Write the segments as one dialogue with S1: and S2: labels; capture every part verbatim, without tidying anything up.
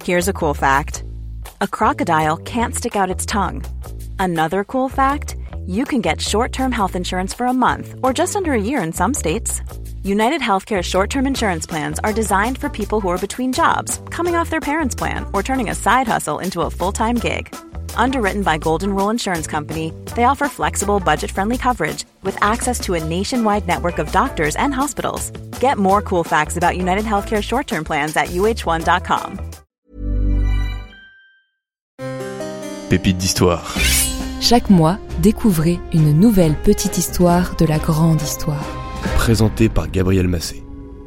S1: Here's a cool fact. A crocodile can't stick out its tongue. Another cool fact, you can get short-term health insurance for a month or just under a year in some states. United Healthcare short-term insurance plans are designed for people who are between jobs, coming off their parents' plan, or turning a side hustle into a full-time gig. Underwritten by Golden Rule Insurance Company, they offer flexible, budget-friendly coverage with access to a nationwide network of doctors and hospitals. Get more cool facts about United Healthcare short-term plans at U H one dot com.
S2: Pépites d'histoire.
S3: Chaque mois, découvrez une nouvelle petite histoire de la grande histoire.
S2: Présenté par Gabriel Massé.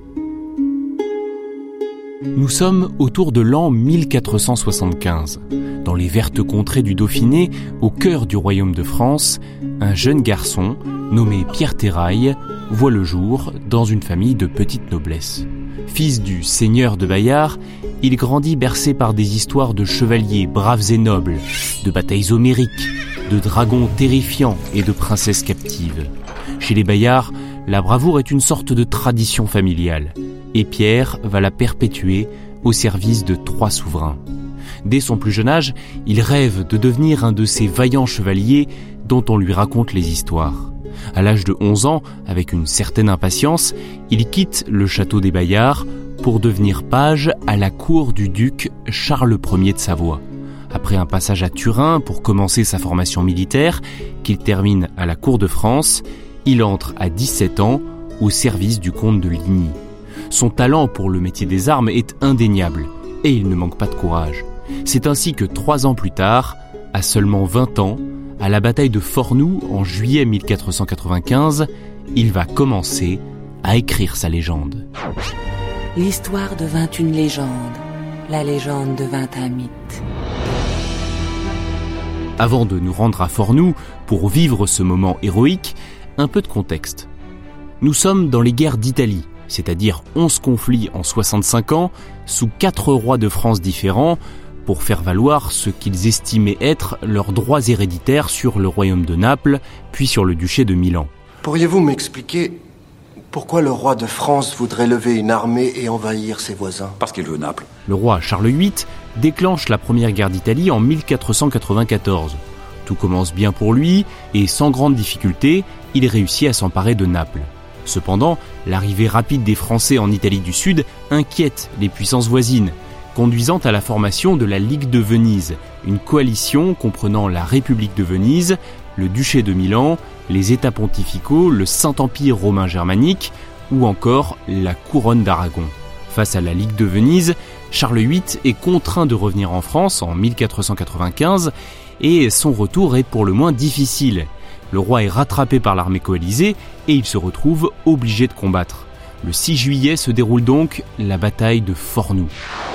S4: Nous sommes autour de l'an mille quatre cent soixante-quinze. Dans les vertes contrées du Dauphiné, au cœur du royaume de France, un jeune garçon, nommé Pierre Terrail, voit le jour dans une famille de petite noblesse. Fils du seigneur de Bayard, il grandit bercé par des histoires de chevaliers braves et nobles, de batailles homériques, de dragons terrifiants et de princesses captives. Chez les Bayards, la bravoure est une sorte de tradition familiale, et Pierre va la perpétuer au service de trois souverains. Dès son plus jeune âge, il rêve de devenir un de ces vaillants chevaliers dont on lui raconte les histoires. À l'âge de onze ans, avec une certaine impatience, il quitte le château des Bayards pour devenir page à la cour du duc Charles Ier de Savoie. Après un passage à Turin pour commencer sa formation militaire, qu'il termine à la cour de France, il entre à dix-sept ans au service du comte de Ligny. Son talent pour le métier des armes est indéniable et il ne manque pas de courage. C'est ainsi que trois ans plus tard, à seulement vingt ans, à la bataille de Fornoux en juillet mille quatre cent quatre-vingt-quinze, il va commencer à écrire sa légende.
S5: L'histoire devint une légende, la légende devint un mythe.
S4: Avant de nous rendre à Fornoux pour vivre ce moment héroïque, un peu de contexte. Nous sommes dans les guerres d'Italie, c'est-à-dire onze conflits en soixante-cinq ans, sous quatre rois de France différents, pour faire valoir ce qu'ils estimaient être leurs droits héréditaires sur le royaume de Naples, puis sur le duché de Milan.
S6: Pourriez-vous m'expliquer pourquoi le roi de France voudrait lever une armée et envahir ses voisins ?
S7: Parce qu'il veut Naples.
S4: Le roi Charles huit déclenche la première guerre d'Italie en mille quatre cent quatre-vingt-quatorze. Tout commence bien pour lui, et sans grande difficulté, il réussit à s'emparer de Naples. Cependant, l'arrivée rapide des Français en Italie du Sud inquiète les puissances voisines, conduisant à la formation de la Ligue de Venise, une coalition comprenant la République de Venise, le duché de Milan, les États pontificaux, le Saint-Empire romain germanique ou encore la couronne d'Aragon. Face à la Ligue de Venise, Charles huit est contraint de revenir en France en mille quatre cent quatre-vingt-quinze et son retour est pour le moins difficile. Le roi est rattrapé par l'armée coalisée et il se retrouve obligé de combattre. Le six juillet se déroule donc la bataille de Fornoux.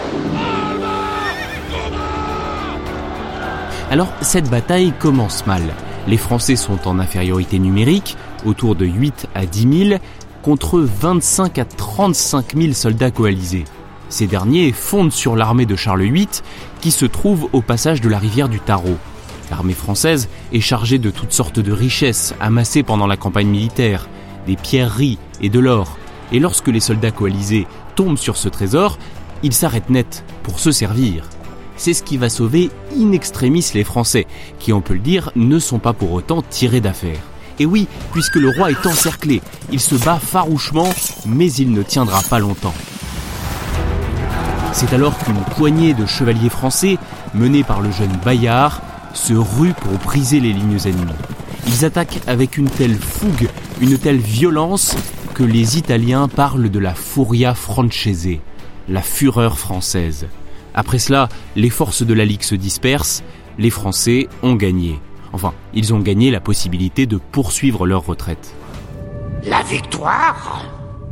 S4: Alors, cette bataille commence mal. Les Français sont en infériorité numérique, autour de huit à dix mille, contre vingt-cinq à trente-cinq mille soldats coalisés. Ces derniers fondent sur l'armée de Charles huit, qui se trouve au passage de la rivière du Tarot. L'armée française est chargée de toutes sortes de richesses amassées pendant la campagne militaire, des pierreries et de l'or. Et lorsque les soldats coalisés tombent sur ce trésor, ils s'arrêtent net pour se servir. C'est ce qui va sauver in extremis les Français, qui, on peut le dire, ne sont pas pour autant tirés d'affaire. Et oui, puisque le roi est encerclé, il se bat farouchement, mais il ne tiendra pas longtemps. C'est alors qu'une poignée de chevaliers français, menés par le jeune Bayard, se ruent pour briser les lignes ennemies. Ils attaquent avec une telle fougue, une telle violence, que les Italiens parlent de la furia francese, la fureur française. Après cela, les forces de la Ligue se dispersent, les Français ont gagné. Enfin, ils ont gagné la possibilité de poursuivre leur retraite.
S8: La victoire ?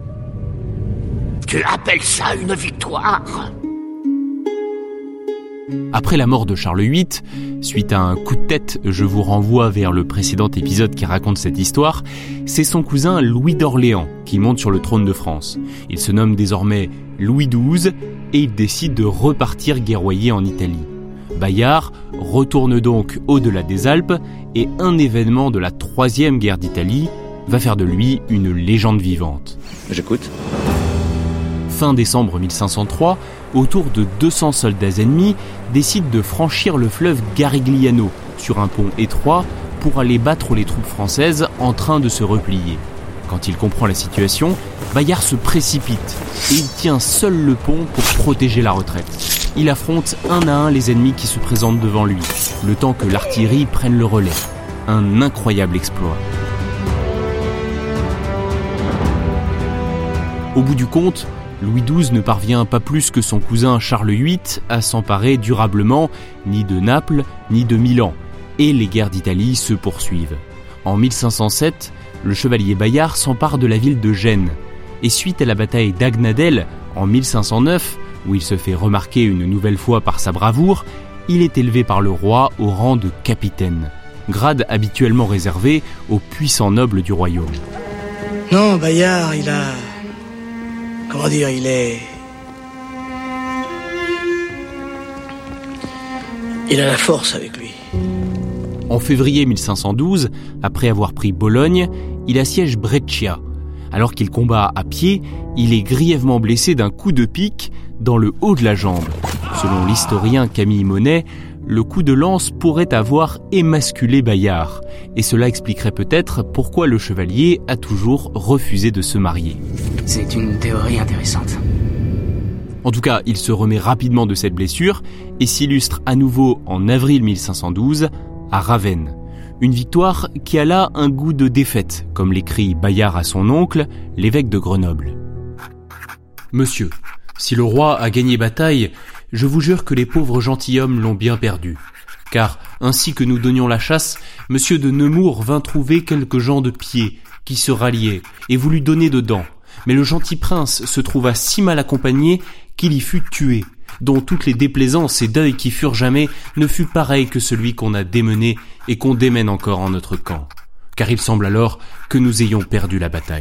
S8: Tu appelles ça une victoire ?
S4: Après la mort de Charles huit, suite à un coup de tête, je vous renvoie vers le précédent épisode qui raconte cette histoire, c'est son cousin Louis d'Orléans qui monte sur le trône de France. Il se nomme désormais Louis douze et il décide de repartir guerroyer en Italie. Bayard retourne donc au-delà des Alpes et un événement de la troisième guerre d'Italie va faire de lui une légende vivante.
S7: J'écoute.
S4: fin décembre mille cinq cent trois, autour de deux cents soldats ennemis décident de franchir le fleuve Garigliano sur un pont étroit pour aller battre les troupes françaises en train de se replier. Quand il comprend la situation, Bayard se précipite et il tient seul le pont pour protéger la retraite. Il affronte un à un les ennemis qui se présentent devant lui, le temps que l'artillerie prenne le relais. Un incroyable exploit. Au bout du compte, Louis douze ne parvient pas plus que son cousin Charles huit à s'emparer durablement ni de Naples ni de Milan, et les guerres d'Italie se poursuivent. En mille cinq cent sept, le chevalier Bayard s'empare de la ville de Gênes, et suite à la bataille d'Agnadel en mille cinq cent neuf, où il se fait remarquer une nouvelle fois par sa bravoure, il est élevé par le roi au rang de capitaine, grade habituellement réservé aux puissants nobles du royaume.
S7: Non, Bayard, il a... Comment dire, il est... Il a la force avec lui.
S4: En février mille cinq cent douze, après avoir pris Bologne, il assiège Brescia. Alors qu'il combat à pied, il est grièvement blessé d'un coup de pique dans le haut de la jambe. Selon l'historien Camille Monet, le coup de lance pourrait avoir émasculé Bayard, et cela expliquerait peut-être pourquoi le chevalier a toujours refusé de se marier.
S8: C'est une théorie intéressante.
S4: En tout cas, il se remet rapidement de cette blessure et s'illustre à nouveau en avril mille cinq cent douze à Ravenne. Une victoire qui a là un goût de défaite, comme l'écrit Bayard à son oncle, l'évêque de Grenoble. « Monsieur, si le roi a gagné bataille, je vous jure que les pauvres gentilshommes l'ont bien perdu. Car, ainsi que nous donnions la chasse, monsieur de Nemours vint trouver quelques gens de pied qui se ralliaient et voulut donner dedans. Mais le gentil prince se trouva si mal accompagné qu'il y fut tué, dont toutes les déplaisances et deuils qui furent jamais ne fut pareil que celui qu'on a démené et qu'on démène encore en notre camp. Car il semble alors que nous ayons perdu la bataille. »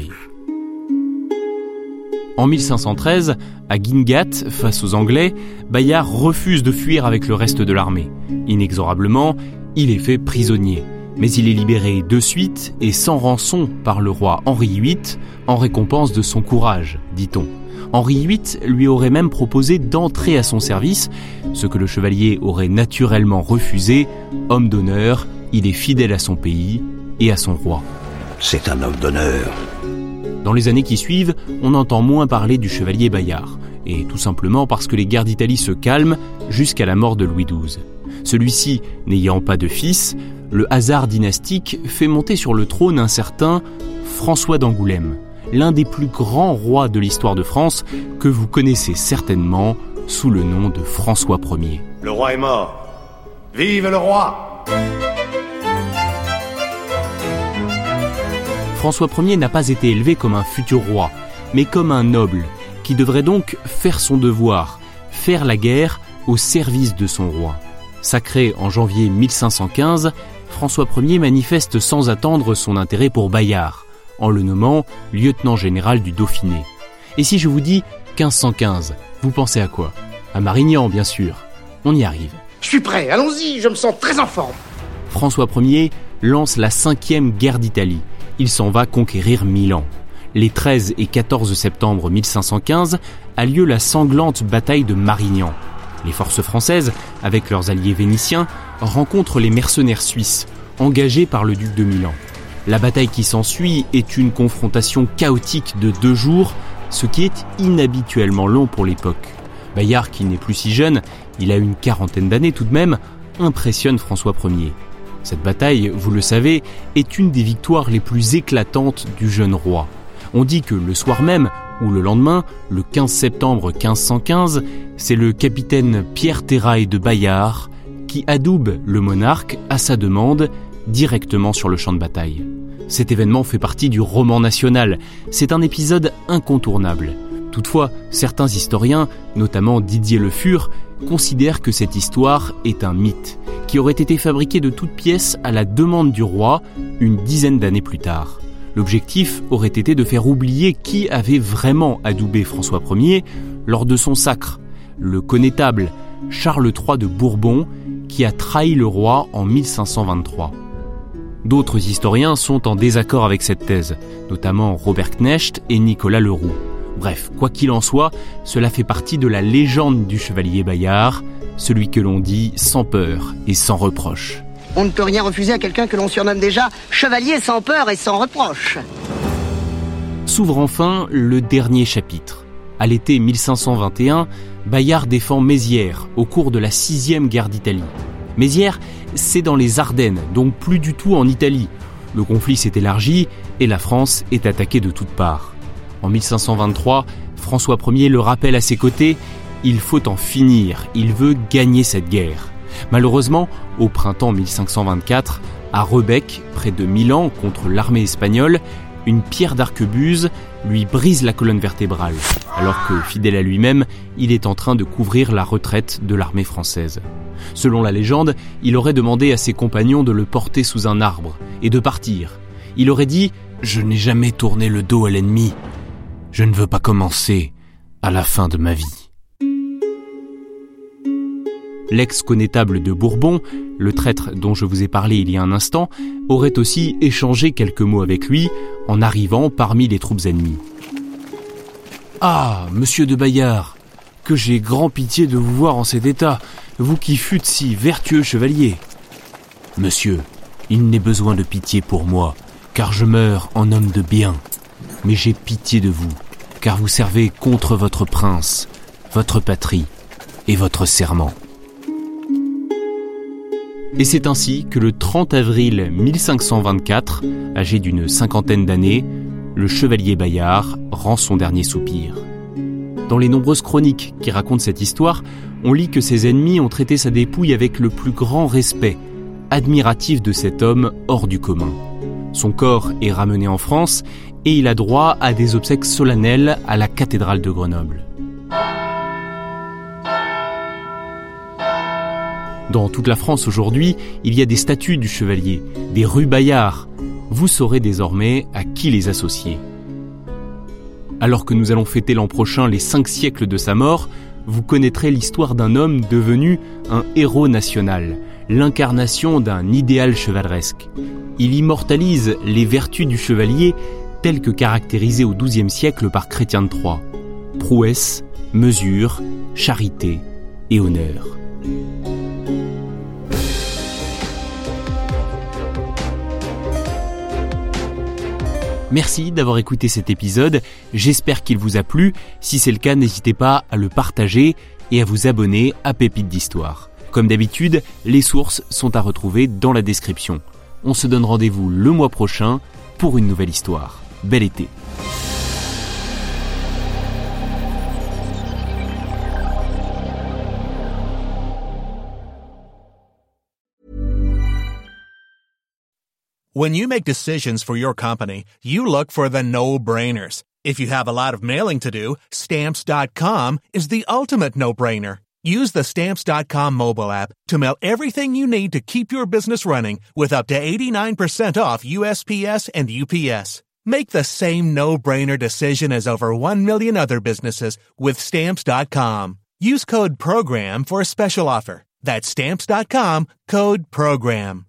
S4: En mille cinq cent treize, à Guingat, face aux Anglais, Bayard refuse de fuir avec le reste de l'armée. Inexorablement, il est fait prisonnier. Mais il est libéré de suite et sans rançon par le roi Henri huit en récompense de son courage, dit-on. Henri huit lui aurait même proposé d'entrer à son service, ce que le chevalier aurait naturellement refusé. Homme d'honneur, il est fidèle à son pays et à son roi.
S9: C'est un homme d'honneur.
S4: Dans les années qui suivent, on entend moins parler du chevalier Bayard, et tout simplement parce que les guerres d'Italie se calment jusqu'à la mort de Louis douze. Celui-ci, n'ayant pas de fils, le hasard dynastique fait monter sur le trône un certain François d'Angoulême, l'un des plus grands rois de l'histoire de France que vous connaissez certainement sous le nom de François Ier.
S10: Le roi est mort. Vive le roi!
S4: François Ier n'a pas été élevé comme un futur roi, mais comme un noble, qui devrait donc faire son devoir, faire la guerre au service de son roi. Sacré en janvier mille cinq cent quinze, François Ier manifeste sans attendre son intérêt pour Bayard, en le nommant lieutenant général du Dauphiné. Et si je vous dis quinze cent quinze, vous pensez à quoi? À Marignan, bien sûr. On y arrive.
S8: Je suis prêt, allons-y, je me sens très en forme.
S4: François Ier lance la cinquième guerre d'Italie. Il s'en va conquérir Milan. Les treize et quatorze septembre mille cinq cent quinze a lieu la sanglante bataille de Marignan. Les forces françaises, avec leurs alliés vénitiens, rencontrent les mercenaires suisses, engagés par le duc de Milan. La bataille qui s'ensuit est une confrontation chaotique de deux jours, ce qui est inhabituellement long pour l'époque. Bayard, qui n'est plus si jeune, il a une quarantaine d'années tout de même, impressionne François Ier. Cette bataille, vous le savez, est une des victoires les plus éclatantes du jeune roi. On dit que le soir même, ou le lendemain, le quinze septembre quinze cent quinze, c'est le capitaine Pierre Terrail de Bayard qui adoube le monarque à sa demande directement sur le champ de bataille. Cet événement fait partie du roman national. C'est un épisode incontournable. Toutefois, certains historiens, notamment Didier Le Fur, considèrent que cette histoire est un mythe, qui aurait été fabriqué de toutes pièces à la demande du roi une dizaine d'années plus tard. L'objectif aurait été de faire oublier qui avait vraiment adoubé François Ier lors de son sacre, le connétable Charles trois de Bourbon, qui a trahi le roi en mille cinq cent vingt-trois. D'autres historiens sont en désaccord avec cette thèse, notamment Robert Knecht et Nicolas Leroux. Bref, quoi qu'il en soit, cela fait partie de la légende du chevalier Bayard, celui que l'on dit sans peur et sans reproche.
S11: On ne peut rien refuser à quelqu'un que l'on surnomme déjà chevalier sans peur et sans reproche.
S4: S'ouvre enfin le dernier chapitre. À l'été mille cinq cent vingt et un, Bayard défend Mézières au cours de la sixième guerre d'Italie. Mézières, c'est dans les Ardennes, donc plus du tout en Italie. Le conflit s'est élargi et la France est attaquée de toutes parts. En mille cinq cent vingt-trois, François Ier le rappelle à ses côtés, il faut en finir, il veut gagner cette guerre. Malheureusement, au printemps mille cinq cent vingt-quatre, à Rebec, près de Milan, contre l'armée espagnole, une pierre d'arquebuse lui brise la colonne vertébrale, alors que, fidèle à lui-même, il est en train de couvrir la retraite de l'armée française. Selon la légende, il aurait demandé à ses compagnons de le porter sous un arbre et de partir. Il aurait dit « Je n'ai jamais tourné le dos à l'ennemi. Je ne veux pas commencer à la fin de ma vie. » L'ex-connétable de Bourbon, le traître dont je vous ai parlé il y a un instant, aurait aussi échangé quelques mots avec lui en arrivant parmi les troupes ennemies. « Ah, monsieur de Bayard, que j'ai grand pitié de vous voir en cet état, vous qui fûtes si vertueux chevalier. »« Monsieur, il n'est besoin de pitié pour moi, car je meurs en homme de bien. Mais j'ai pitié de vous, car vous servez contre votre prince, votre patrie et votre serment. » Et c'est ainsi que le trente avril mille cinq cent vingt-quatre, âgé d'une cinquantaine d'années, le chevalier Bayard rend son dernier soupir. Dans les nombreuses chroniques qui racontent cette histoire, on lit que ses ennemis ont traité sa dépouille avec le plus grand respect, admiratif de cet homme hors du commun. Son corps est ramené en France et il a droit à des obsèques solennelles à la cathédrale de Grenoble. Dans toute la France aujourd'hui, il y a des statues du chevalier, des rues Bayard. Vous saurez désormais à qui les associer. Alors que nous allons fêter l'an prochain les cinq siècles de sa mort, vous connaîtrez l'histoire d'un homme devenu un héros national, l'incarnation d'un idéal chevaleresque. Il immortalise les vertus du chevalier telles que caractérisées au douzième siècle par Chrétien de Troyes. Prouesse, mesure, charité et honneur. Merci d'avoir écouté cet épisode, j'espère qu'il vous a plu. Si c'est le cas, n'hésitez pas à le partager et à vous abonner à Pépites d'Histoire. Comme d'habitude, les sources sont à retrouver dans la description. On se donne rendez-vous le mois prochain pour une nouvelle histoire. Bel été!
S12: When you make decisions for your company, you look for the no-brainers. If you have a lot of mailing to do, Stamps dot com is the ultimate no-brainer. Use the Stamps dot com mobile app to mail everything you need to keep your business running with up to eighty-nine percent off U S P S and U P S. Make the same no-brainer decision as over one million other businesses with Stamps dot com. Use code PROGRAM for a special offer. That's Stamps dot com, code PROGRAM.